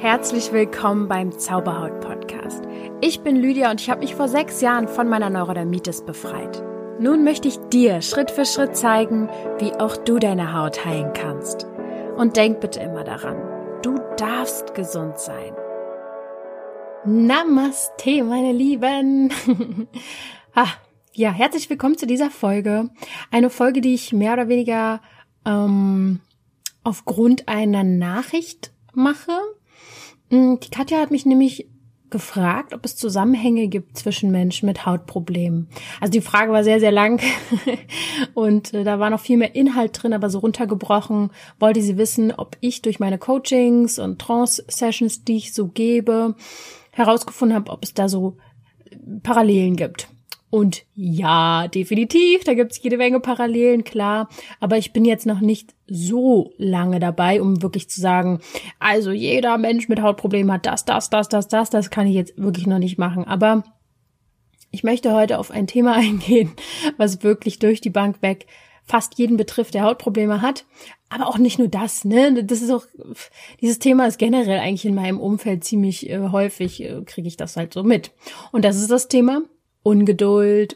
Herzlich willkommen beim Zauberhaut-Podcast. Ich bin Lydia und ich habe mich vor 6 Jahren von meiner Neurodermitis befreit. Nun möchte ich dir Schritt für Schritt zeigen, wie auch du deine Haut heilen kannst. Und denk bitte immer daran, du darfst gesund sein. Namaste, meine Lieben! Herzlich willkommen zu dieser Folge. Eine Folge, die ich mehr oder weniger aufgrund einer Nachricht mache. Die Katja hat mich nämlich gefragt, ob es Zusammenhänge gibt zwischen Menschen mit Hautproblemen. Also die Frage war sehr, sehr lang und da war noch viel mehr Inhalt drin, aber so runtergebrochen wollte sie wissen, ob ich durch meine Coachings und Trance-Sessions, die ich so gebe, herausgefunden habe, ob es da so Parallelen gibt. Und ja, definitiv, da gibt es jede Menge Parallelen, klar. Aber ich bin jetzt noch nicht so lange dabei, um wirklich zu sagen, also jeder Mensch mit Hautproblemen hat das kann ich jetzt wirklich noch nicht machen. Aber ich möchte heute auf ein Thema eingehen, was wirklich durch die Bank weg fast jeden betrifft, der Hautprobleme hat. Aber auch nicht nur das, ne? Das ist auch, dieses Thema ist generell eigentlich in meinem Umfeld ziemlich häufig, kriege ich das halt so mit. Und das ist das Thema Ungeduld.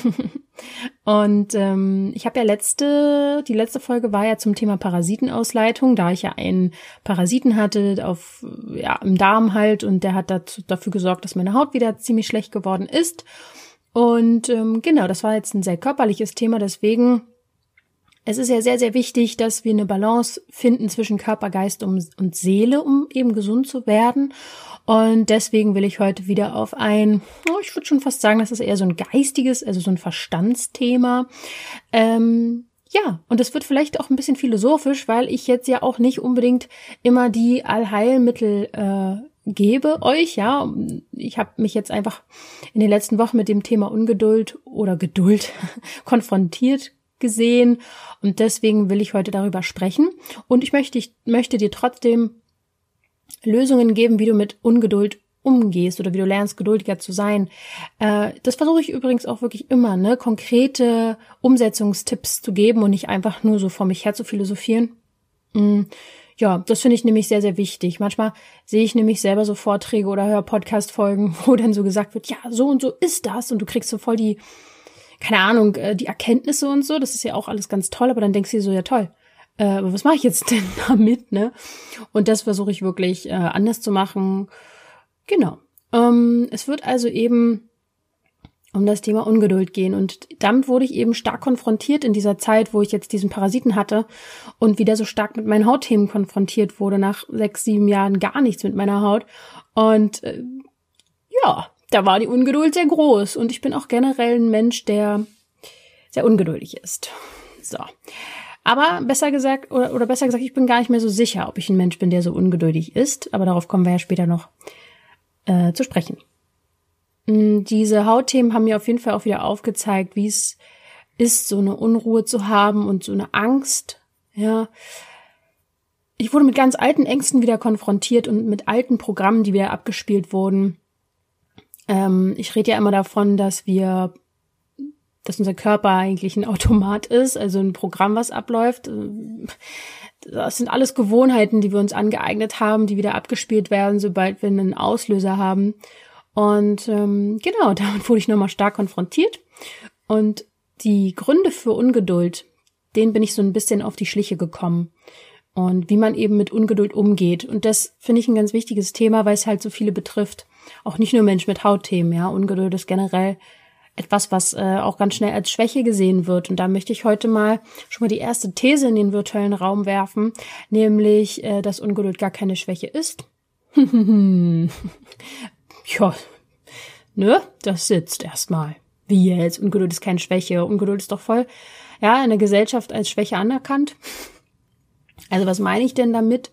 Und ich habe ja die letzte Folge war ja zum Thema Parasitenausleitung, da ich ja einen Parasiten hatte im Darm halt, und der hat dafür gesorgt, dass meine Haut wieder ziemlich schlecht geworden ist. Und genau, das war jetzt ein sehr körperliches Thema, deswegen es ist ja sehr, sehr wichtig, dass wir eine Balance finden zwischen Körper, Geist und Seele, um eben gesund zu werden. Und deswegen will ich heute wieder auf ich würde schon fast sagen, das ist eher so ein geistiges, also so ein Verstandsthema. Und es wird vielleicht auch ein bisschen philosophisch, weil ich jetzt ja auch nicht unbedingt immer die Allheilmittel gebe euch, ja. Ich habe mich jetzt einfach in den letzten Wochen mit dem Thema Ungeduld oder Geduld konfrontiert gesehen, und deswegen will ich heute darüber sprechen. Und ich möchte dir trotzdem Lösungen geben, wie du mit Ungeduld umgehst oder wie du lernst, geduldiger zu sein. Das versuche ich übrigens auch wirklich immer, ne, konkrete Umsetzungstipps zu geben und nicht einfach nur so vor mich her zu philosophieren. Ja, das finde ich nämlich sehr, sehr wichtig. Manchmal sehe ich nämlich selber so Vorträge oder höre Podcast-Folgen, wo dann so gesagt wird, ja, so und so ist das, und du kriegst so voll die Erkenntnisse und so. Das ist ja auch alles ganz toll, aber dann denkst du dir so, ja toll, aber was mache ich jetzt denn damit, ne? Und das versuche ich wirklich anders zu machen. Genau. Es wird also eben um das Thema Ungeduld gehen, und damit wurde ich eben stark konfrontiert in dieser Zeit, wo ich jetzt diesen Parasiten hatte und wieder so stark mit meinen Hautthemen konfrontiert wurde, nach 6, 7 Jahren gar nichts mit meiner Haut. Und da war die Ungeduld sehr groß, und ich bin auch generell ein Mensch, der sehr ungeduldig ist. So. Aber besser gesagt, ich bin gar nicht mehr so sicher, ob ich ein Mensch bin, der so ungeduldig ist. Aber darauf kommen wir ja später noch zu sprechen. Diese Hautthemen haben mir auf jeden Fall auch wieder aufgezeigt, wie es ist, so eine Unruhe zu haben und so eine Angst. Ja. Ich wurde mit ganz alten Ängsten wieder konfrontiert und mit alten Programmen, die wieder abgespielt wurden. Ich rede ja immer davon, dass unser Körper eigentlich ein Automat ist, also ein Programm, was abläuft. Das sind alles Gewohnheiten, die wir uns angeeignet haben, die wieder abgespielt werden, sobald wir einen Auslöser haben. Und damit wurde ich nochmal stark konfrontiert. Und die Gründe für Ungeduld, denen bin ich so ein bisschen auf die Schliche gekommen. Und wie man eben mit Ungeduld umgeht. Und das finde ich ein ganz wichtiges Thema, weil es halt so viele betrifft. Auch nicht nur Menschen mit Hautthemen, ja. Ungeduld ist generell etwas, was auch ganz schnell als Schwäche gesehen wird. Und da möchte ich heute schon mal die erste These in den virtuellen Raum werfen, nämlich, dass Ungeduld gar keine Schwäche ist. Ja, ne, das sitzt erstmal. Wie jetzt? Ungeduld ist keine Schwäche. Ungeduld ist doch voll, in der Gesellschaft als Schwäche anerkannt. Also was meine ich denn damit?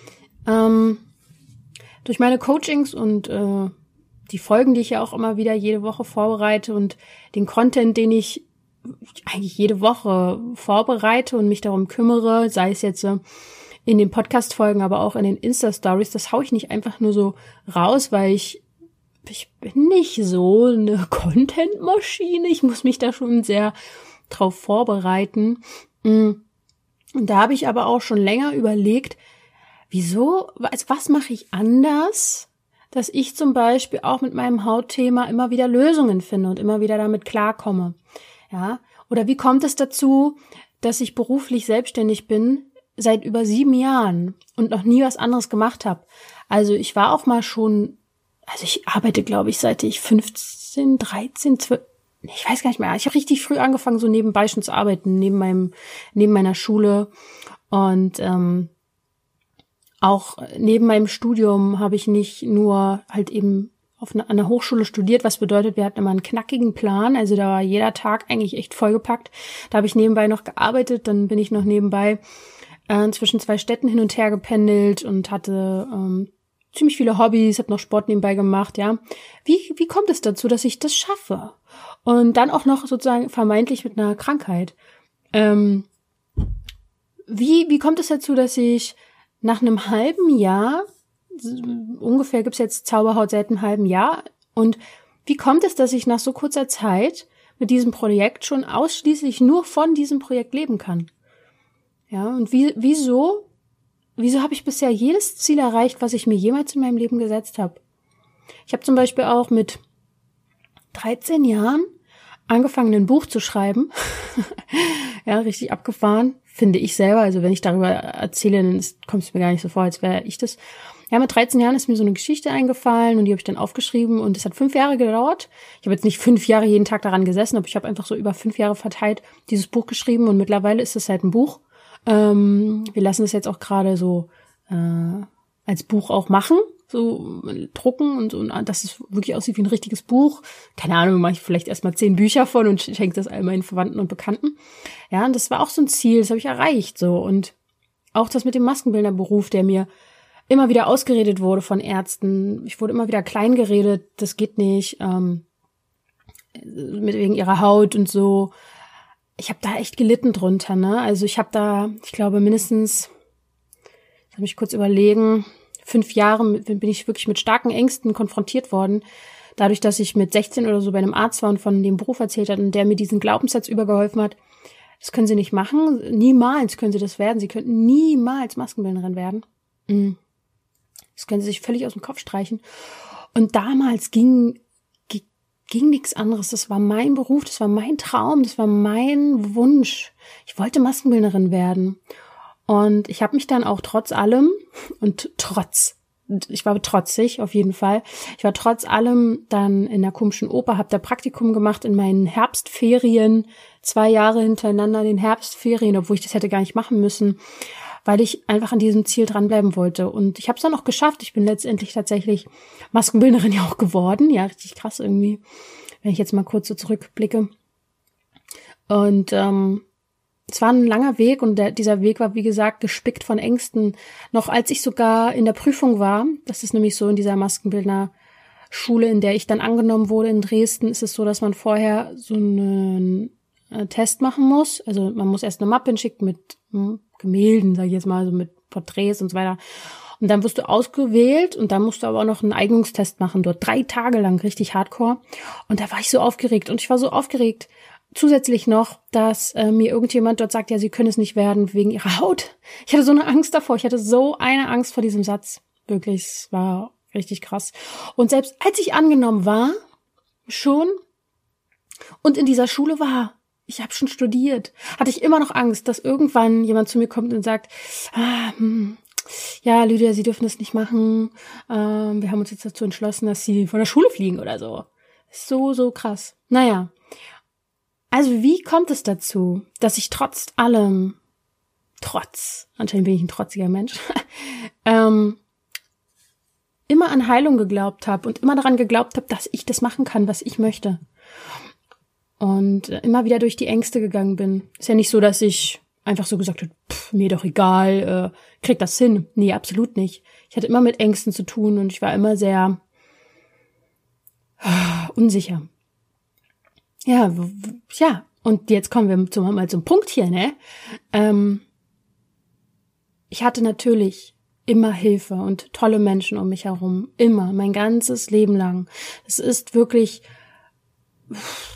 Durch meine Coachings und die Folgen, die ich ja auch immer wieder jede Woche vorbereite, und den Content, den ich eigentlich jede Woche vorbereite und mich darum kümmere, sei es jetzt in den Podcast-Folgen, aber auch in den Insta-Stories, das haue ich nicht einfach nur so raus, weil ich bin nicht so eine Content-Maschine. Ich muss mich da schon sehr drauf vorbereiten. Und da habe ich aber auch schon länger überlegt, also was mache ich anders, dass ich zum Beispiel auch mit meinem Hautthema immer wieder Lösungen finde und immer wieder damit klarkomme. Ja, oder wie kommt es dazu, dass ich beruflich selbstständig bin seit über 7 Jahren und noch nie was anderes gemacht habe? Also ich war auch mal schon, also ich arbeite, glaube ich, seit ich 15, 13, 12, ich weiß gar nicht mehr. Ich habe richtig früh angefangen, so nebenbei schon zu arbeiten, neben meiner Schule. Und auch neben meinem Studium habe ich nicht nur halt eben an einer Hochschule studiert, was bedeutet, wir hatten immer einen knackigen Plan, also da war jeder Tag eigentlich echt vollgepackt. Da habe ich nebenbei noch gearbeitet, dann bin ich noch nebenbei zwischen 2 Städten hin und her gependelt und hatte ziemlich viele Hobbys, habe noch Sport nebenbei gemacht, ja. Wie kommt es dazu, dass ich das schaffe? Und dann auch noch sozusagen vermeintlich mit einer Krankheit. Wie kommt es dazu, dass ich nach einem halben Jahr, ungefähr gibt's jetzt Zauberhaut seit einem halben Jahr, und wie kommt es, dass ich nach so kurzer Zeit mit diesem Projekt schon ausschließlich nur von diesem Projekt leben kann? Ja, und wieso habe ich bisher jedes Ziel erreicht, was ich mir jemals in meinem Leben gesetzt habe? Ich habe zum Beispiel auch mit 13 Jahren angefangen, ein Buch zu schreiben. Ja, richtig abgefahren, finde ich selber. Also wenn ich darüber erzähle, dann kommt es mir gar nicht so vor, als wäre ich das. Ja, mit 13 Jahren ist mir so eine Geschichte eingefallen und die habe ich dann aufgeschrieben und es hat 5 Jahre gedauert. Ich habe jetzt nicht 5 Jahre jeden Tag daran gesessen, aber ich habe einfach so über 5 Jahre verteilt dieses Buch geschrieben und mittlerweile ist es halt ein Buch. Wir lassen es jetzt auch gerade so als Buch auch machen, so drucken und dass es wirklich aussieht wie ein richtiges Buch. Keine Ahnung, mache ich vielleicht erstmal 10 Bücher von und schenke das all meinen Verwandten und Bekannten. Ja, und das war auch so ein Ziel, das habe ich erreicht so. Und auch das mit dem Maskenbildnerberuf, der mir immer wieder ausgeredet wurde von Ärzten. Ich wurde immer wieder klein geredet, das geht nicht, wegen ihrer Haut und so. Ich habe da echt gelitten drunter, ne? Also ich glaube mindestens, lass mich kurz überlegen, 5 Jahre bin ich wirklich mit starken Ängsten konfrontiert worden. Dadurch, dass ich mit 16 oder so bei einem Arzt war und von dem Beruf erzählt hat und der mir diesen Glaubenssatz übergeholfen hat, das können Sie nicht machen, niemals können Sie das werden, Sie könnten niemals Maskenbildnerin werden. Das können Sie sich völlig aus dem Kopf streichen. Und damals ging nichts anderes. Das war mein Beruf, das war mein Traum, das war mein Wunsch. Ich wollte Maskenbildnerin werden. Und ich habe mich dann auch trotz allem ich war trotzig auf jeden Fall. Ich war trotz allem dann in der komischen Oper, habe da Praktikum gemacht in meinen Herbstferien, 2 Jahre hintereinander in den Herbstferien, obwohl ich das hätte gar nicht machen müssen, weil ich einfach an diesem Ziel dranbleiben wollte. Und ich habe es dann auch geschafft. Ich bin letztendlich tatsächlich Maskenbildnerin ja auch geworden. Ja, richtig krass irgendwie, wenn ich jetzt mal kurz so zurückblicke. Und es war ein langer Weg und dieser Weg war, wie gesagt, gespickt von Ängsten. Noch als ich sogar in der Prüfung war, das ist nämlich so in dieser Maskenbildnerschule, in der ich dann angenommen wurde in Dresden, ist es so, dass man vorher so einen Test machen muss. Also man muss erst eine Mappe hinschicken mit Gemälden, sage ich jetzt mal, so mit Porträts und so weiter. Und dann wirst du ausgewählt und dann musst du aber auch noch einen Eignungstest machen, dort 3 Tage lang, richtig hardcore. Und da war ich so aufgeregt und ich war so aufgeregt, zusätzlich noch, dass mir irgendjemand dort sagt, ja, sie können es nicht werden wegen ihrer Haut. Ich hatte so eine Angst davor. Ich hatte so eine Angst vor diesem Satz. Wirklich, es war richtig krass. Und selbst als ich angenommen war, schon, und in dieser Schule war, ich habe schon studiert, hatte ich immer noch Angst, dass irgendwann jemand zu mir kommt und sagt, ja, Lydia, Sie dürfen das nicht machen. Wir haben uns jetzt dazu entschlossen, dass Sie von der Schule fliegen oder so. So krass. Naja. Also wie kommt es dazu, dass ich anscheinend bin ich ein trotziger Mensch, immer an Heilung geglaubt habe und immer daran geglaubt habe, dass ich das machen kann, was ich möchte. Und immer wieder durch die Ängste gegangen bin. Ist ja nicht so, dass ich einfach so gesagt habe, mir doch egal, krieg das hin. Nee, absolut nicht. Ich hatte immer mit Ängsten zu tun und ich war immer sehr unsicher. Ja, und jetzt kommen wir mal zum Punkt hier, ne? Ich hatte natürlich immer Hilfe und tolle Menschen um mich herum. Immer, mein ganzes Leben lang. Es ist wirklich,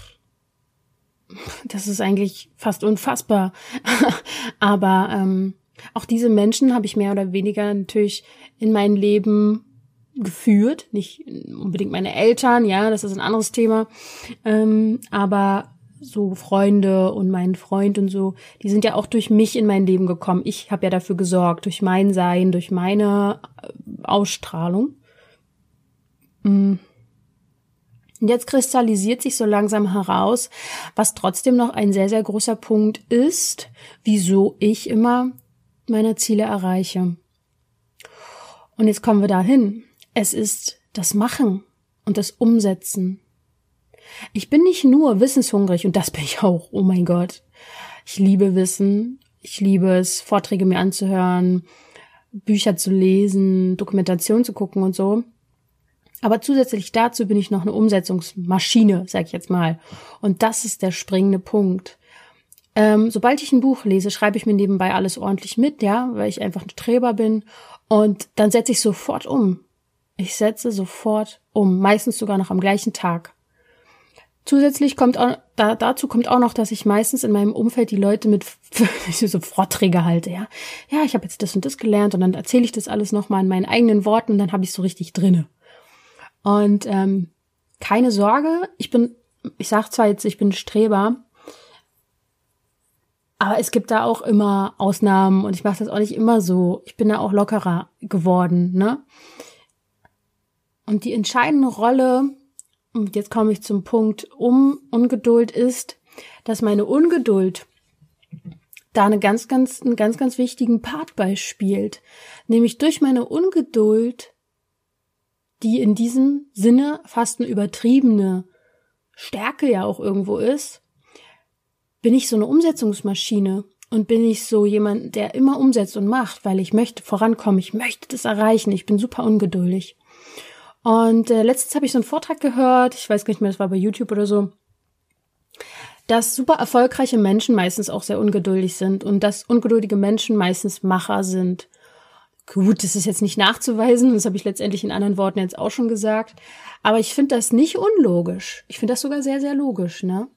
das ist eigentlich fast unfassbar. Aber Auch diese Menschen habe ich mehr oder weniger natürlich in mein Leben geführt. Nicht unbedingt meine Eltern, ja, das ist ein anderes Thema. Aber so Freunde und mein Freund und so, die sind ja auch durch mich in mein Leben gekommen. Ich habe ja dafür gesorgt, durch mein Sein, durch meine Ausstrahlung. Und jetzt kristallisiert sich so langsam heraus, was trotzdem noch ein sehr, sehr großer Punkt ist, wieso ich immer meine Ziele erreiche. Und jetzt kommen wir dahin. Es ist das Machen und das Umsetzen. Ich bin nicht nur wissenshungrig, und das bin ich auch, oh mein Gott. Ich liebe Wissen, ich liebe es, Vorträge mir anzuhören, Bücher zu lesen, Dokumentation zu gucken und so. Aber zusätzlich dazu bin ich noch eine Umsetzungsmaschine, sag ich jetzt mal. Und das ist der springende Punkt. Sobald ich ein Buch lese, schreibe ich mir nebenbei alles ordentlich mit, ja, weil ich einfach ein Streber bin. Und dann setze ich sofort um. Ich setze sofort um, meistens sogar noch am gleichen Tag. Zusätzlich dazu kommt auch noch, dass ich meistens in meinem Umfeld die Leute mit so Vorträge halte, ja. Ja, ich habe jetzt das und das gelernt und dann erzähle ich das alles nochmal in meinen eigenen Worten und dann habe ich es so richtig drinne. Und keine Sorge, ich sag zwar jetzt, ich bin Streber, aber es gibt da auch immer Ausnahmen und ich mache das auch nicht immer so. Ich bin da auch lockerer geworden, ne? Und die entscheidende Rolle, und jetzt komme ich zum Punkt Ungeduld ist, dass meine Ungeduld da einen ganz, ganz wichtigen Part beispielt. Nämlich durch meine Ungeduld, die in diesem Sinne fast eine übertriebene Stärke ja auch irgendwo ist, bin ich so eine Umsetzungsmaschine und bin ich so jemand, der immer umsetzt und macht, weil ich möchte vorankommen, ich möchte das erreichen, ich bin super ungeduldig. Und letztens habe ich so einen Vortrag gehört, ich weiß gar nicht mehr, das war bei YouTube oder so, dass super erfolgreiche Menschen meistens auch sehr ungeduldig sind und dass ungeduldige Menschen meistens Macher sind. Gut, das ist jetzt nicht nachzuweisen, das habe ich letztendlich in anderen Worten jetzt auch schon gesagt, aber ich finde das nicht unlogisch. Ich finde das sogar sehr, sehr logisch, ne?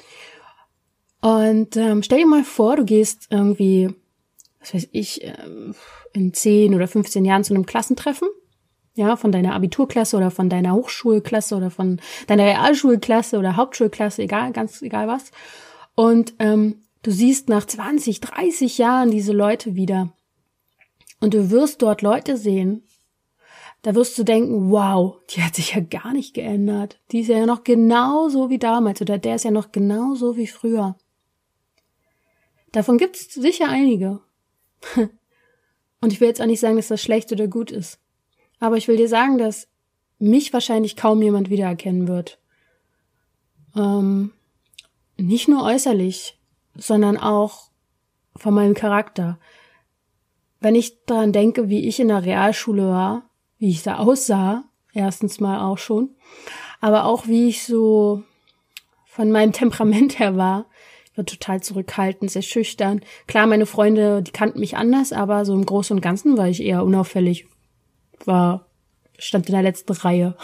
Und stell dir mal vor, du gehst irgendwie, was weiß ich, in 10 oder 15 Jahren zu einem Klassentreffen, ja, von deiner Abiturklasse oder von deiner Hochschulklasse oder von deiner Realschulklasse oder Hauptschulklasse, egal, ganz egal was. Und du siehst nach 20, 30 Jahren diese Leute wieder. Und du wirst dort Leute sehen, da wirst du denken, wow, die hat sich ja gar nicht geändert. Die ist ja noch genauso wie damals oder der ist ja noch genauso wie früher. Davon gibt's sicher einige. Und ich will jetzt auch nicht sagen, dass das schlecht oder gut ist. Aber ich will dir sagen, dass mich wahrscheinlich kaum jemand wiedererkennen wird. Nicht nur äußerlich, sondern auch von meinem Charakter. Wenn ich daran denke, wie ich in der Realschule war, wie ich da aussah, erstens mal auch schon, aber auch wie ich so von meinem Temperament her war, ich war total zurückhaltend, sehr schüchtern. Klar, meine Freunde, die kannten mich anders, aber so im Großen und Ganzen war ich eher unauffällig. Stand in der letzten Reihe.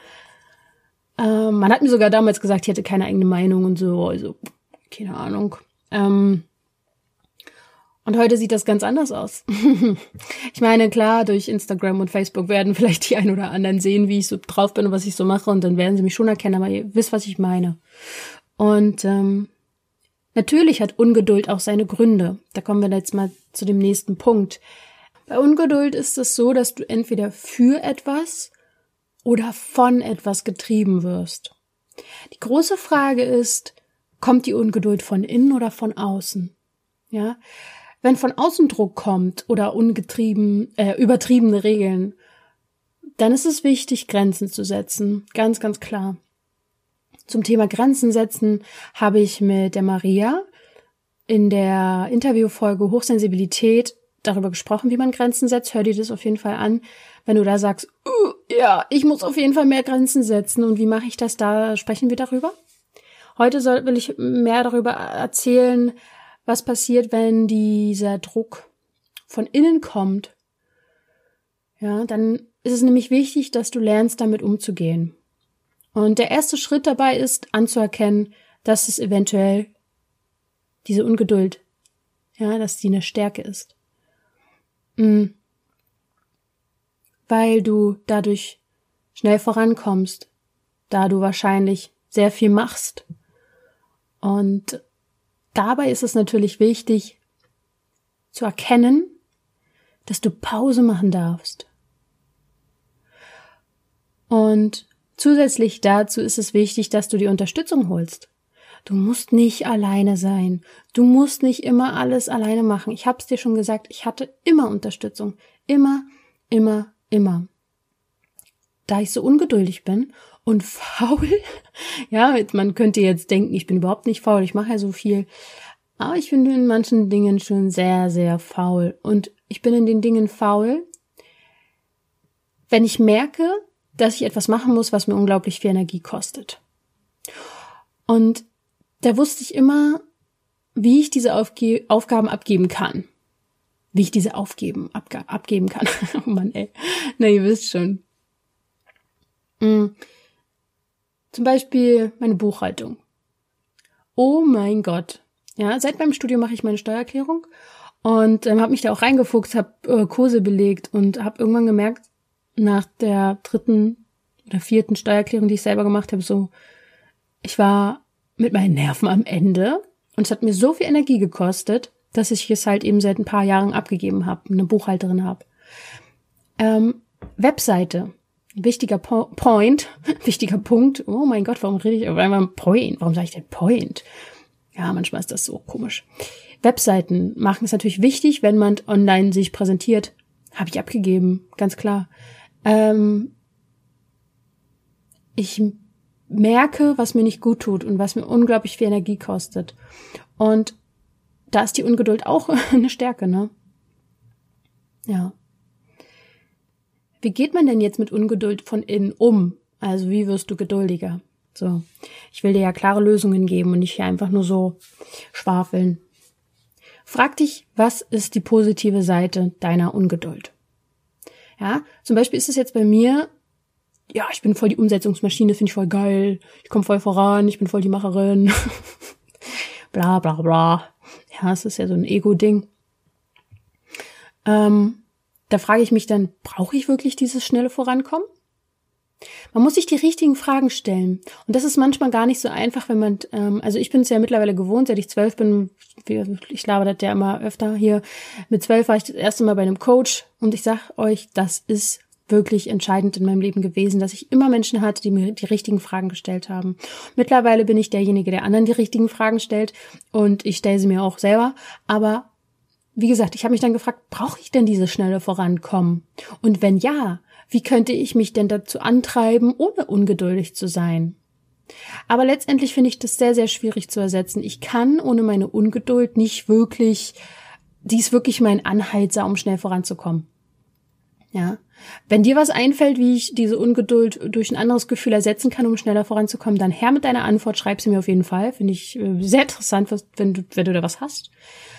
Man hat mir sogar damals gesagt, ich hätte keine eigene Meinung und so, also keine Ahnung. Und heute sieht das ganz anders aus. Ich meine, klar, durch Instagram und Facebook werden vielleicht die ein oder anderen sehen, wie ich so drauf bin und was ich so mache und dann werden sie mich schon erkennen, aber ihr wisst, was ich meine. Und natürlich hat Ungeduld auch seine Gründe. Da kommen wir jetzt mal zu dem nächsten Punkt. Bei Ungeduld ist es so, dass du entweder für etwas oder von etwas getrieben wirst. Die große Frage ist, kommt die Ungeduld von innen oder von außen? Ja, wenn von außen Druck kommt oder übertriebene Regeln, dann ist es wichtig, Grenzen zu setzen. Ganz, ganz klar. Zum Thema Grenzen setzen habe ich mit der Maria in der Interviewfolge Hochsensibilität darüber gesprochen, wie man Grenzen setzt. Hör dir das auf jeden Fall an. Wenn du da sagst, ja, ich muss auf jeden Fall mehr Grenzen setzen und wie mache ich das, da sprechen wir darüber. Heute will ich mehr darüber erzählen, was passiert, wenn dieser Druck von innen kommt. Ja, dann ist es nämlich wichtig, dass du lernst, damit umzugehen. Und der erste Schritt dabei ist, anzuerkennen, dass es eventuell diese Ungeduld, ja, dass die eine Stärke ist. Weil du dadurch schnell vorankommst, da du wahrscheinlich sehr viel machst. Und dabei ist es natürlich wichtig zu erkennen, dass du Pause machen darfst. Und zusätzlich dazu ist es wichtig, dass du die Unterstützung holst. Du musst nicht alleine sein. Du musst nicht immer alles alleine machen. Ich habe es dir schon gesagt, ich hatte immer Unterstützung. Immer. Da ich so ungeduldig bin und faul, ja, man könnte jetzt denken, ich bin überhaupt nicht faul, ich mache ja so viel, aber ich bin in manchen Dingen schon sehr, sehr faul. Und ich bin in den Dingen faul, wenn ich merke, dass ich etwas machen muss, was mir unglaublich viel Energie kostet. Und da wusste ich immer, wie ich diese Aufgaben abgeben kann. Wie ich diese abgeben kann. Oh Mann, ey. Na, ihr wisst schon. Zum Beispiel meine Buchhaltung. Oh mein Gott. Ja, seit meinem Studium mache ich meine Steuererklärung und habe mich da auch reingefuchst, habe Kurse belegt und habe irgendwann gemerkt, nach der 3. oder 4. Steuererklärung, die ich selber gemacht habe, so, ich war mit meinen Nerven am Ende und es hat mir so viel Energie gekostet, dass ich es halt eben seit ein paar Jahren abgegeben habe, eine Buchhalterin habe. Webseite, wichtiger Punkt. Oh mein Gott, warum rede ich auf einmal Point? Warum sage ich denn Point? Ja, manchmal ist das so komisch. Webseiten machen es natürlich wichtig, wenn man online sich präsentiert. Habe ich abgegeben, ganz klar. Ich merke, was mir nicht gut tut und was mir unglaublich viel Energie kostet. Und da ist die Ungeduld auch eine Stärke, ne? Ja. Wie geht man denn jetzt mit Ungeduld von innen um? Also wie wirst du geduldiger? So, ich will dir ja klare Lösungen geben und nicht hier einfach nur so schwafeln. Frag dich, was ist die positive Seite deiner Ungeduld? Ja, zum Beispiel ist es jetzt bei mir, ja, ich bin voll die Umsetzungsmaschine, finde ich voll geil, ich komme voll voran, ich bin voll die Macherin, bla bla bla. Ja, es ist ja so ein Ego-Ding. Da frage ich mich dann, brauche ich wirklich dieses schnelle Vorankommen? Man muss sich die richtigen Fragen stellen. Und das ist manchmal gar nicht so einfach, wenn man, also ich bin es ja mittlerweile gewohnt, seit ich 12 bin, ich laber das ja immer öfter hier, mit 12 war ich das erste Mal bei einem Coach und ich sag euch, das ist wirklich entscheidend in meinem Leben gewesen, dass ich immer Menschen hatte, die mir die richtigen Fragen gestellt haben. Mittlerweile bin ich derjenige, der anderen die richtigen Fragen stellt und ich stelle sie mir auch selber, aber wie gesagt, ich habe mich dann gefragt, brauche ich denn dieses schnelle Vorankommen? Und wenn ja, wie könnte ich mich denn dazu antreiben, ohne ungeduldig zu sein? Aber letztendlich finde ich das sehr, sehr schwierig zu ersetzen. Ich kann ohne meine Ungeduld nicht wirklich, die ist wirklich mein Anheizer, um schnell voranzukommen. Ja. Wenn dir was einfällt, wie ich diese Ungeduld durch ein anderes Gefühl ersetzen kann, um schneller voranzukommen, dann her mit deiner Antwort, schreib sie mir auf jeden Fall. Finde ich sehr interessant, wenn du da was hast.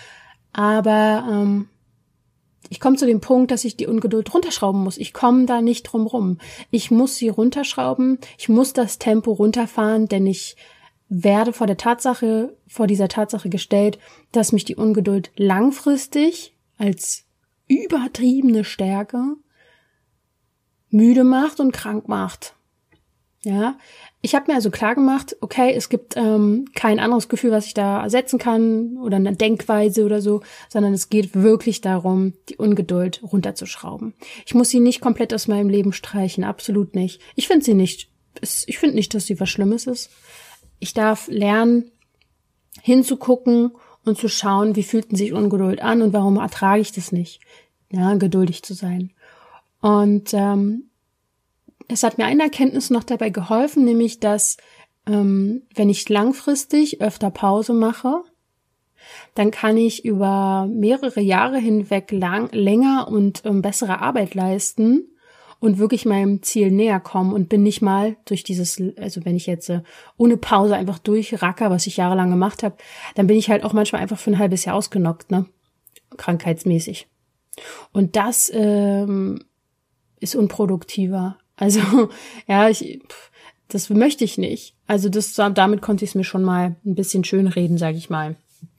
Aber ich komme zu dem Punkt, dass ich die Ungeduld runterschrauben muss. Ich komme da nicht drum rum. Ich muss sie runterschrauben. Ich muss das Tempo runterfahren, denn ich werde vor dieser Tatsache gestellt, dass mich die Ungeduld langfristig als übertriebene Stärke müde macht und krank macht. Ja, ich habe mir also klar gemacht, okay, es gibt kein anderes Gefühl, was ich da ersetzen kann oder eine Denkweise oder so, sondern es geht wirklich darum, die Ungeduld runterzuschrauben. Ich muss sie nicht komplett aus meinem Leben streichen, absolut nicht. Ich finde nicht, dass sie was Schlimmes ist. Ich darf lernen, hinzugucken und zu schauen, wie fühlt sich Ungeduld an und warum ertrage ich das nicht, ja, geduldig zu sein. Und es hat mir eine Erkenntnis noch dabei geholfen, nämlich, dass wenn ich langfristig öfter Pause mache, dann kann ich über mehrere Jahre hinweg länger und bessere Arbeit leisten und wirklich meinem Ziel näher kommen und bin nicht mal durch also wenn ich jetzt ohne Pause einfach durchracker, was ich jahrelang gemacht habe, dann bin ich halt auch manchmal einfach für ein halbes Jahr ausgenockt, ne, krankheitsmäßig. Und das ist unproduktiver. Also, ja, das möchte ich nicht. Also damit konnte ich es mir schon mal ein bisschen schön reden, sage ich mal.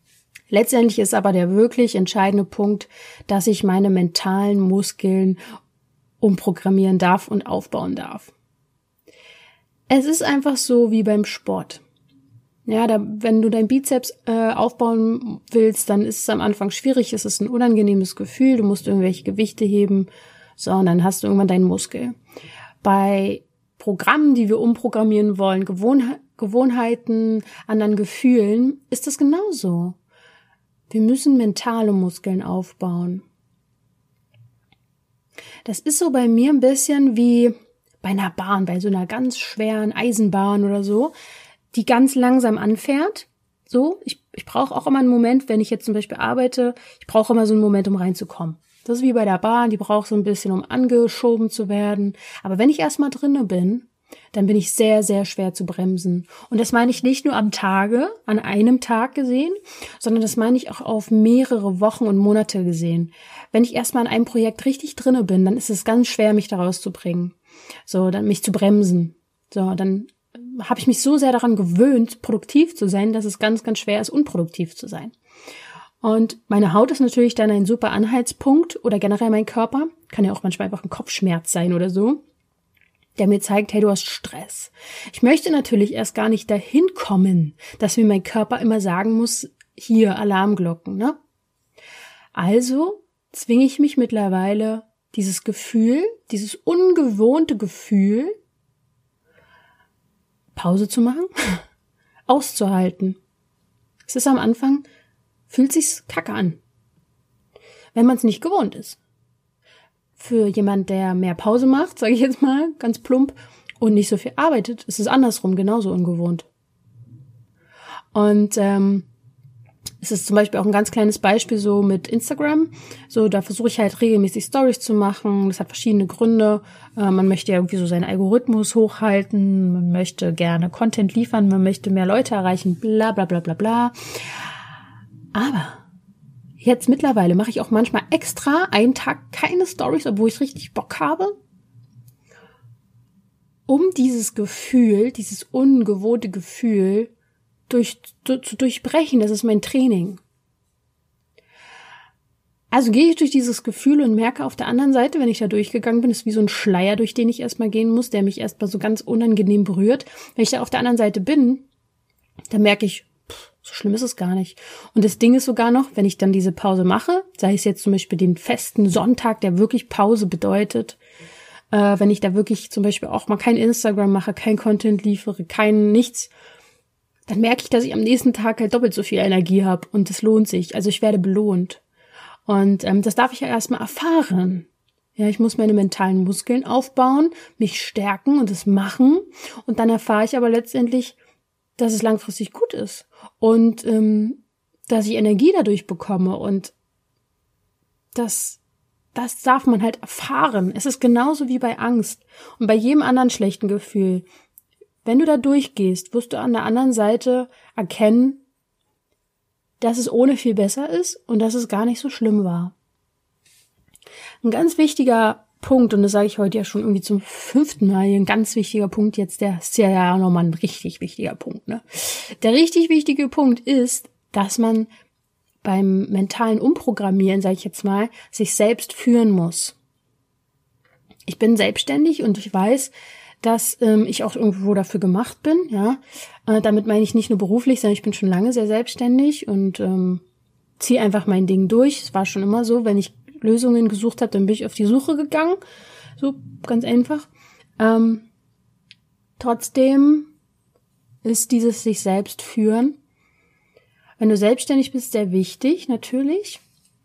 Letztendlich ist aber der wirklich entscheidende Punkt, dass ich meine mentalen Muskeln umprogrammieren darf und aufbauen darf. Es ist einfach so wie beim Sport. Ja, wenn du dein Bizeps aufbauen willst, dann ist es am Anfang schwierig, es ist ein unangenehmes Gefühl, du musst irgendwelche Gewichte heben, so, und dann hast du irgendwann deinen Muskel. Bei Programmen, die wir umprogrammieren wollen, Gewohnheiten, anderen Gefühlen, ist das genauso. Wir müssen mentale Muskeln aufbauen. Das ist so bei mir ein bisschen wie bei einer Bahn, bei so einer ganz schweren Eisenbahn oder so, die ganz langsam anfährt. So, ich brauche auch immer einen Moment, wenn ich jetzt zum Beispiel arbeite, ich brauche immer so einen Moment, um reinzukommen. Das ist wie bei der Bahn, die braucht so ein bisschen, um angeschoben zu werden. Aber wenn ich erstmal drinne bin, dann bin ich sehr, sehr schwer zu bremsen. Und das meine ich nicht nur an einem Tag gesehen, sondern das meine ich auch auf mehrere Wochen und Monate gesehen. Wenn ich erstmal an einem Projekt richtig drinne bin, dann ist es ganz schwer, mich da rauszubringen. So, dann mich zu bremsen. So, dann habe ich mich so sehr daran gewöhnt, produktiv zu sein, dass es ganz, ganz schwer ist, unproduktiv zu sein. Und meine Haut ist natürlich dann ein super Anhaltspunkt oder generell mein Körper. Kann ja auch manchmal einfach ein Kopfschmerz sein oder so, der mir zeigt, hey, du hast Stress. Ich möchte natürlich erst gar nicht dahin kommen, dass mir mein Körper immer sagen muss, hier Alarmglocken, ne? Also zwinge ich mich mittlerweile, dieses Gefühl, dieses ungewohnte Gefühl, Pause zu machen, auszuhalten. Es ist am Anfang, fühlt sich's kacke an, wenn man es nicht gewohnt ist. Für jemand, der mehr Pause macht, sage ich jetzt mal, ganz plump, und nicht so viel arbeitet, ist es andersrum genauso ungewohnt. Und es ist zum Beispiel auch ein ganz kleines Beispiel so mit Instagram. So, da versuche ich halt regelmäßig Stories zu machen. Das hat verschiedene Gründe. Man möchte ja irgendwie so seinen Algorithmus hochhalten. Man möchte gerne Content liefern. Man möchte mehr Leute erreichen. Bla, bla, bla, bla, bla. Aber jetzt mittlerweile mache ich auch manchmal extra einen Tag keine Stories, obwohl ich richtig Bock habe, um dieses Gefühl, dieses ungewohnte Gefühl zu durchbrechen. Das ist mein Training. Also gehe ich durch dieses Gefühl und merke auf der anderen Seite, wenn ich da durchgegangen bin, ist wie so ein Schleier, durch den ich erstmal gehen muss, der mich erstmal so ganz unangenehm berührt. Wenn ich da auf der anderen Seite bin, dann merke ich, so schlimm ist es gar nicht. Und das Ding ist sogar noch, wenn ich dann diese Pause mache, sei es jetzt zum Beispiel den festen Sonntag, der wirklich Pause bedeutet, wenn ich da wirklich zum Beispiel auch mal kein Instagram mache, kein Content liefere, kein nichts, dann merke ich, dass ich am nächsten Tag halt doppelt so viel Energie habe und das lohnt sich. Also ich werde belohnt. Und das darf ich ja erstmal erfahren. Ja, ich muss meine mentalen Muskeln aufbauen, mich stärken und es machen. Und dann erfahre ich aber letztendlich, dass es langfristig gut ist. Und dass ich Energie dadurch bekomme. Und das darf man halt erfahren. Es ist genauso wie bei Angst und bei jedem anderen schlechten Gefühl. Wenn du da durchgehst, wirst du an der anderen Seite erkennen, dass es ohne viel besser ist und dass es gar nicht so schlimm war. Ein ganz wichtiger Punkt, und das sage ich heute ja schon irgendwie zum 5. Mal, ein ganz wichtiger Punkt jetzt, der ist ja nochmal ein richtig wichtiger Punkt, ne? Der richtig wichtige Punkt ist, dass man beim mentalen Umprogrammieren, sage ich jetzt mal, sich selbst führen muss. Ich bin selbstständig und ich weiß, dass ich auch irgendwo dafür gemacht bin, ja. Damit meine ich nicht nur beruflich, sondern ich bin schon lange sehr selbstständig und ziehe einfach mein Ding durch. Es war schon immer so, wenn ich Lösungen gesucht habe, dann bin ich auf die Suche gegangen. So, ganz einfach. Trotzdem ist dieses sich selbst führen, wenn du selbstständig bist, sehr wichtig, natürlich.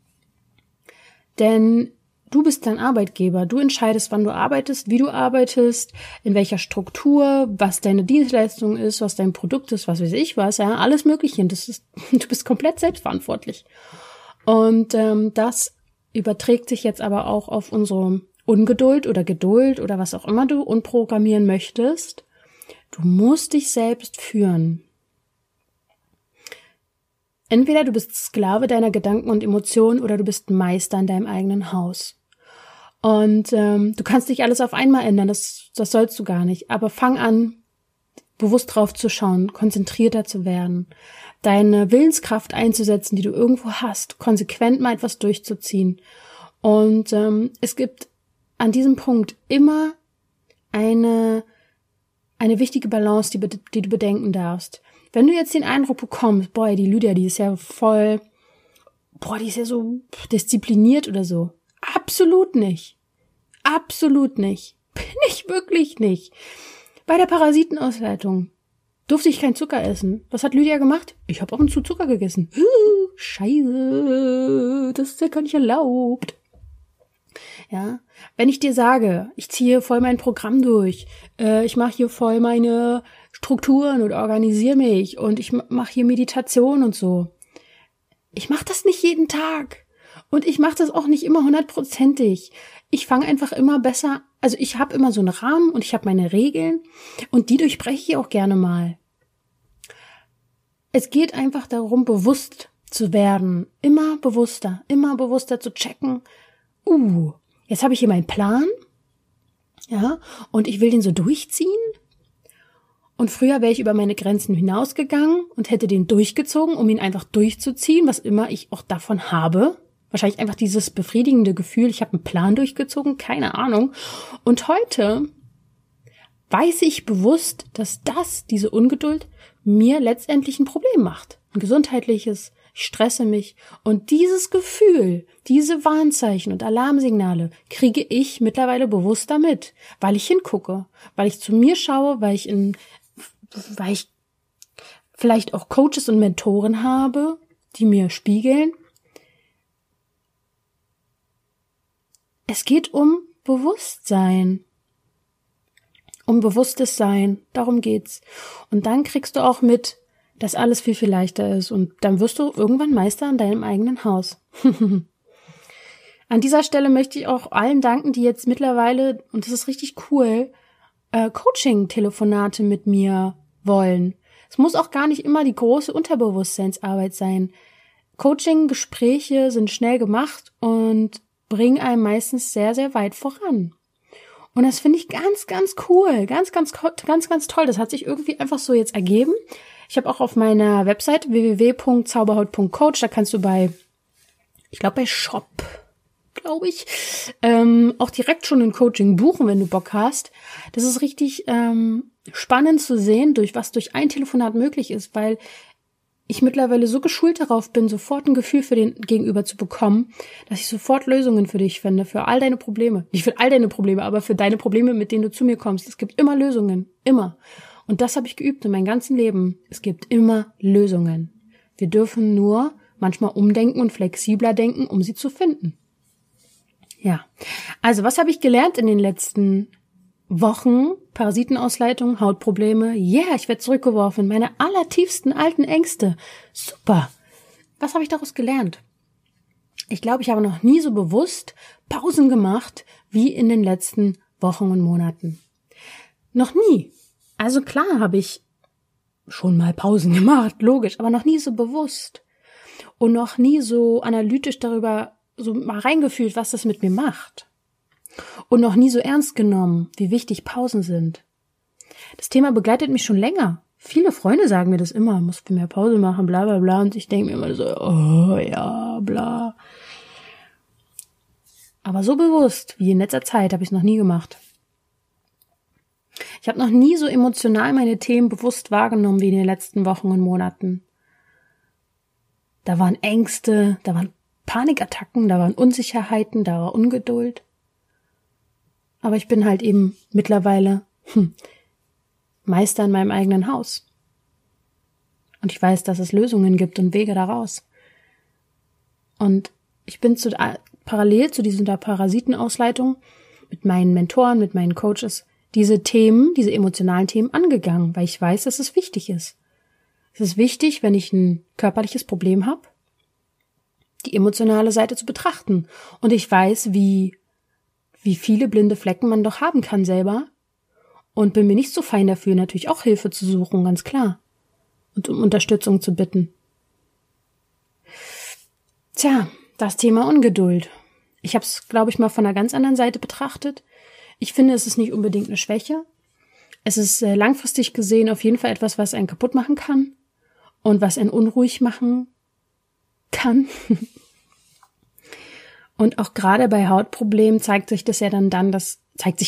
Denn du bist dein Arbeitgeber. Du entscheidest, wann du arbeitest, wie du arbeitest, in welcher Struktur, was deine Dienstleistung ist, was dein Produkt ist, was weiß ich was, ja, alles Mögliche. Du bist komplett selbstverantwortlich. Und das überträgt sich jetzt aber auch auf unsere Ungeduld oder Geduld oder was auch immer du umprogrammieren möchtest. Du musst dich selbst führen. Entweder du bist Sklave deiner Gedanken und Emotionen oder du bist Meister in deinem eigenen Haus. Und du kannst nicht alles auf einmal ändern, das sollst du gar nicht. Aber fang an, bewusst drauf zu schauen, konzentrierter zu werden, deine Willenskraft einzusetzen, die du irgendwo hast, konsequent mal etwas durchzuziehen. Und es gibt an diesem Punkt immer eine wichtige Balance, die du bedenken darfst. Wenn du jetzt den Eindruck bekommst, boah, die Lydia, die ist ja voll, die ist ja so diszipliniert oder so. Absolut nicht. Absolut nicht. Bin ich wirklich nicht. Bei der Parasitenausleitung durfte ich keinen Zucker essen. Was hat Lydia gemacht? Ich habe ab und zu Zucker gegessen. Scheiße, das ist ja gar nicht erlaubt. Ja, wenn ich dir sage, ich ziehe voll mein Programm durch, ich mache hier voll meine Strukturen und organisiere mich und ich mache hier Meditation und so. Ich mache das nicht jeden Tag und ich mache das auch nicht immer 100%ig. Ich fange einfach immer besser, also ich habe immer so einen Rahmen und ich habe meine Regeln und die durchbreche ich auch gerne mal. Es geht einfach darum, bewusst zu werden, immer bewusster zu checken. Jetzt habe ich hier meinen Plan, ja, und ich will den so durchziehen. Und früher wäre ich über meine Grenzen hinausgegangen und hätte den durchgezogen, um ihn einfach durchzuziehen, was immer ich auch davon habe. Wahrscheinlich einfach dieses befriedigende Gefühl, ich habe einen Plan durchgezogen, keine Ahnung. Und heute weiß ich bewusst, dass diese Ungeduld mir letztendlich ein Problem macht. Ein gesundheitliches, ich stresse mich. Und dieses Gefühl, diese Warnzeichen und Alarmsignale kriege ich mittlerweile bewusster mit, weil ich hingucke, weil ich zu mir schaue, weil ich vielleicht auch Coaches und Mentoren habe, die mir spiegeln. Es geht um Bewusstsein. Um bewusstes Sein. Darum geht's. Und dann kriegst du auch mit, dass alles viel, viel leichter ist. Und dann wirst du irgendwann Meister in deinem eigenen Haus. An dieser Stelle möchte ich auch allen danken, die jetzt mittlerweile, und das ist richtig cool, Coaching-Telefonate mit mir wollen. Es muss auch gar nicht immer die große Unterbewusstseinsarbeit sein. Coaching-Gespräche sind schnell gemacht und bringen einem meistens sehr, sehr weit voran. Und das finde ich ganz, ganz cool, ganz, ganz, ganz, ganz toll. Das hat sich irgendwie einfach so jetzt ergeben. Ich habe auch auf meiner Website www.zauberhaut.coach, da kannst du bei Shop, auch direkt schon ein Coaching buchen, wenn du Bock hast. Das ist richtig spannend zu sehen, was durch ein Telefonat möglich ist, weil ich mittlerweile so geschult darauf bin, sofort ein Gefühl für den Gegenüber zu bekommen, dass ich sofort Lösungen für dich finde, für all deine Probleme. Nicht für all deine Probleme, aber für deine Probleme, mit denen du zu mir kommst. Es gibt immer Lösungen, immer. Und das habe ich geübt in meinem ganzen Leben. Es gibt immer Lösungen. Wir dürfen nur manchmal umdenken und flexibler denken, um sie zu finden. Ja, also was habe ich gelernt in den letzten Wochen? Parasitenausleitung, Hautprobleme. Ich werde zurückgeworfen. Meine allertiefsten alten Ängste. Super. Was habe ich daraus gelernt? Ich glaube, ich habe noch nie so bewusst Pausen gemacht wie in den letzten Wochen und Monaten. Noch nie. Also klar habe ich schon mal Pausen gemacht, logisch, aber noch nie so bewusst. Und noch nie so analytisch darüber so mal reingefühlt, was das mit mir macht. Und noch nie so ernst genommen, wie wichtig Pausen sind. Das Thema begleitet mich schon länger. Viele Freunde sagen mir das immer, muss mehr Pause machen, bla bla bla. Und ich denke mir immer so, oh ja, bla. Aber so bewusst wie in letzter Zeit habe ich es noch nie gemacht. Ich habe noch nie so emotional meine Themen bewusst wahrgenommen wie in den letzten Wochen und Monaten. Da waren Ängste, da waren Panikattacken, da waren Unsicherheiten, da war Ungeduld. Aber ich bin halt eben mittlerweile Meister in meinem eigenen Haus. Und ich weiß, dass es Lösungen gibt und Wege daraus. Und ich bin parallel zu dieser Parasitenausleitung mit meinen Mentoren, mit meinen Coaches, diese emotionalen Themen angegangen, weil ich weiß, dass es wichtig ist. Es ist wichtig, wenn ich ein körperliches Problem habe, die emotionale Seite zu betrachten. Und ich weiß, wie viele blinde Flecken man doch haben kann selber. Und bin mir nicht so fein dafür, natürlich auch Hilfe zu suchen, ganz klar. Und um Unterstützung zu bitten. Das Thema Ungeduld. Ich habe es, glaube ich, mal von einer ganz anderen Seite betrachtet. Ich finde, es ist nicht unbedingt eine Schwäche. Es ist langfristig gesehen auf jeden Fall etwas, was einen kaputt machen kann und was einen unruhig machen kann. Und auch gerade bei Hautproblemen zeigt sich das dann, dass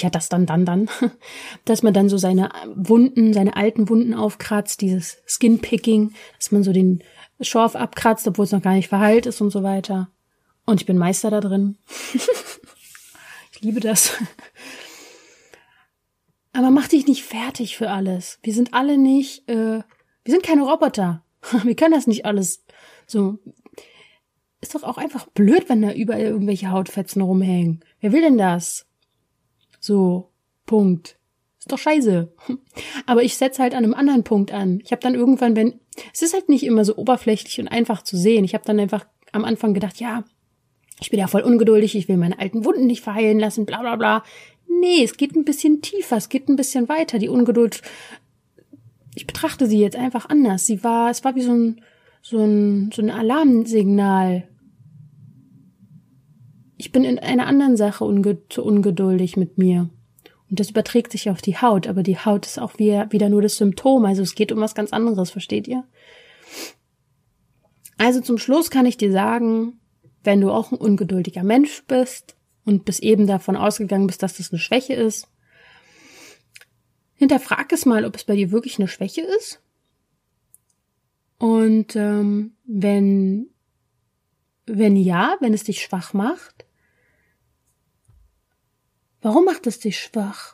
man dann so seine alten Wunden aufkratzt, dieses Skinpicking, dass man so den Schorf abkratzt, obwohl es noch gar nicht verheilt ist und so weiter. Und ich bin Meister da drin. Ich liebe das. Aber mach dich nicht fertig für alles. Wir sind alle nicht, wir sind keine Roboter. Wir können das nicht alles so. Ist doch auch einfach blöd, wenn da überall irgendwelche Hautfetzen rumhängen. Wer will denn das? So, Punkt. Ist doch scheiße. Aber ich setze halt an einem anderen Punkt an. Ich habe dann irgendwann, es ist halt nicht immer so oberflächlich und einfach zu sehen. Ich habe dann einfach am Anfang gedacht, ja, ich bin ja voll ungeduldig, ich will meine alten Wunden nicht verheilen lassen, bla bla bla. Nee, es geht ein bisschen tiefer, es geht ein bisschen weiter. Die Ungeduld, ich betrachte sie jetzt einfach anders. Es war wie so ein Alarmsignal. Ich bin in einer anderen Sache zu ungeduldig mit mir. Und das überträgt sich auf die Haut, aber die Haut ist auch wieder nur das Symptom. Also es geht um was ganz anderes, versteht ihr? Also zum Schluss kann ich dir sagen, wenn du auch ein ungeduldiger Mensch bist und bis eben davon ausgegangen bist, dass das eine Schwäche ist, hinterfrag es mal, ob es bei dir wirklich eine Schwäche ist. Und wenn es dich schwach macht, warum macht es dich schwach?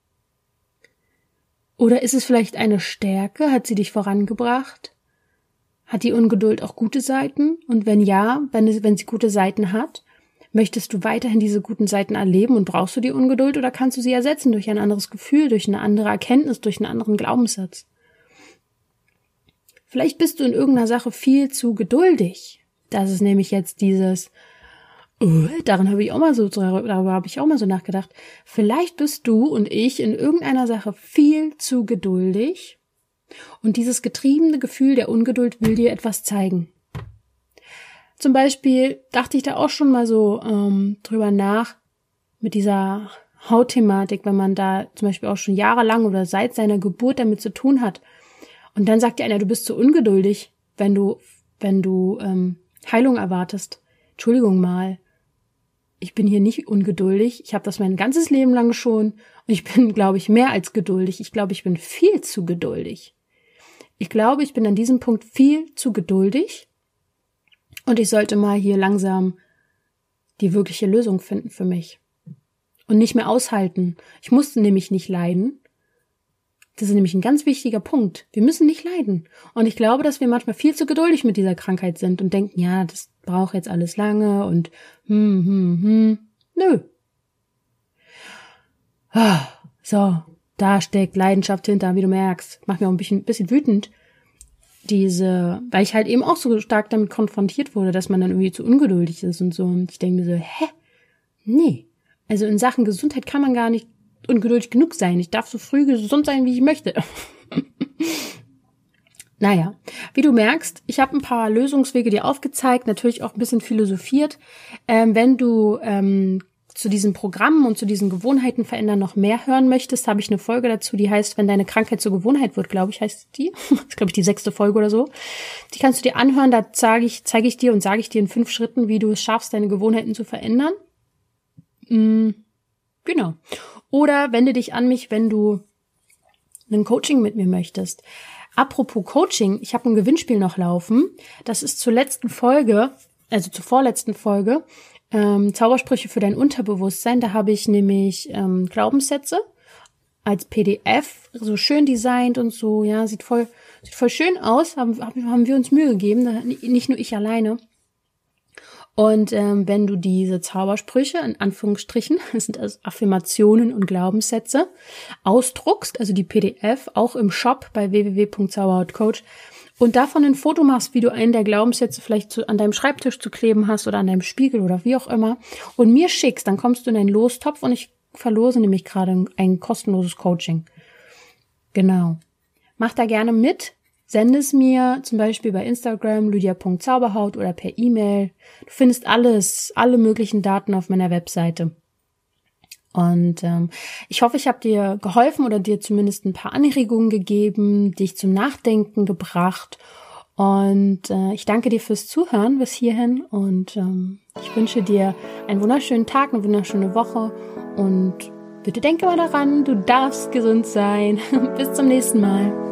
Oder ist es vielleicht eine Stärke? Hat sie dich vorangebracht? Hat die Ungeduld auch gute Seiten? Und wenn ja, wenn sie gute Seiten hat, möchtest du weiterhin diese guten Seiten erleben und brauchst du die Ungeduld oder kannst du sie ersetzen durch ein anderes Gefühl, durch eine andere Erkenntnis, durch einen anderen Glaubenssatz? Vielleicht bist du in irgendeiner Sache viel zu geduldig. Das ist nämlich jetzt dieses, darüber habe ich auch mal so nachgedacht. Vielleicht bist du und ich in irgendeiner Sache viel zu geduldig und dieses getriebene Gefühl der Ungeduld will dir etwas zeigen. Zum Beispiel dachte ich da auch schon mal so drüber nach mit dieser Hautthematik, wenn man da zum Beispiel auch schon jahrelang oder seit seiner Geburt damit zu tun hat. Und dann sagt dir einer, du bist zu ungeduldig, wenn du Heilung erwartest. Entschuldigung mal, ich bin hier nicht ungeduldig. Ich habe das mein ganzes Leben lang schon. Und ich bin, glaube ich, mehr als geduldig. Ich glaube, ich bin viel zu geduldig. Ich glaube, ich bin an diesem Punkt viel zu geduldig. Und ich sollte mal hier langsam die wirkliche Lösung finden für mich. Und nicht mehr aushalten. Ich musste nämlich nicht leiden. Das ist nämlich ein ganz wichtiger Punkt. Wir müssen nicht leiden. Und ich glaube, dass wir manchmal viel zu geduldig mit dieser Krankheit sind und denken, ja, das braucht jetzt alles lange und Nö. So, da steckt Leidenschaft hinter, wie du merkst. Macht mir auch ein bisschen wütend. Weil ich halt eben auch so stark damit konfrontiert wurde, dass man dann irgendwie zu ungeduldig ist und so. Und ich denke mir so, nee. Also in Sachen Gesundheit kann man gar nicht ungeduldig genug sein. Ich darf so früh gesund sein, wie ich möchte. Naja, wie du merkst, ich habe ein paar Lösungswege dir aufgezeigt, natürlich auch ein bisschen philosophiert. Wenn du zu diesen Programmen und zu diesen Gewohnheiten verändern noch mehr hören möchtest, habe ich eine Folge dazu, die heißt, wenn deine Krankheit zur Gewohnheit wird, glaube ich, heißt die. Das ist, glaube ich, die 6. Folge oder so. Die kannst du dir anhören, da zeige ich dir und sage ich dir in 5 Schritten, wie du es schaffst, deine Gewohnheiten zu verändern. Genau. Oder wende dich an mich, wenn du ein Coaching mit mir möchtest. Apropos Coaching, ich habe ein Gewinnspiel noch laufen. Das ist zur vorletzten Folge, Zaubersprüche für dein Unterbewusstsein. Da habe ich nämlich Glaubenssätze als PDF, so schön designt und so, ja, sieht voll schön aus, haben wir uns Mühe gegeben, nicht nur ich alleine. Und wenn du diese Zaubersprüche, in Anführungsstrichen, das sind also Affirmationen und Glaubenssätze, ausdruckst, also die PDF, auch im Shop bei www.zauberhautcoach, und davon ein Foto machst, wie du einen der Glaubenssätze vielleicht an deinem Schreibtisch zu kleben hast oder an deinem Spiegel oder wie auch immer, und mir schickst, dann kommst du in einen Lostopf und ich verlose nämlich gerade ein kostenloses Coaching. Genau. Mach da gerne mit. Sende es mir zum Beispiel bei Instagram, lydia.zauberhaut oder per E-Mail. Du findest alle möglichen Daten auf meiner Webseite. Und ich hoffe, ich habe dir geholfen oder dir zumindest ein paar Anregungen gegeben, dich zum Nachdenken gebracht. Und ich danke dir fürs Zuhören bis hierhin. Und ich wünsche dir einen wunderschönen Tag, eine wunderschöne Woche. Und bitte denke mal daran, du darfst gesund sein. Bis zum nächsten Mal.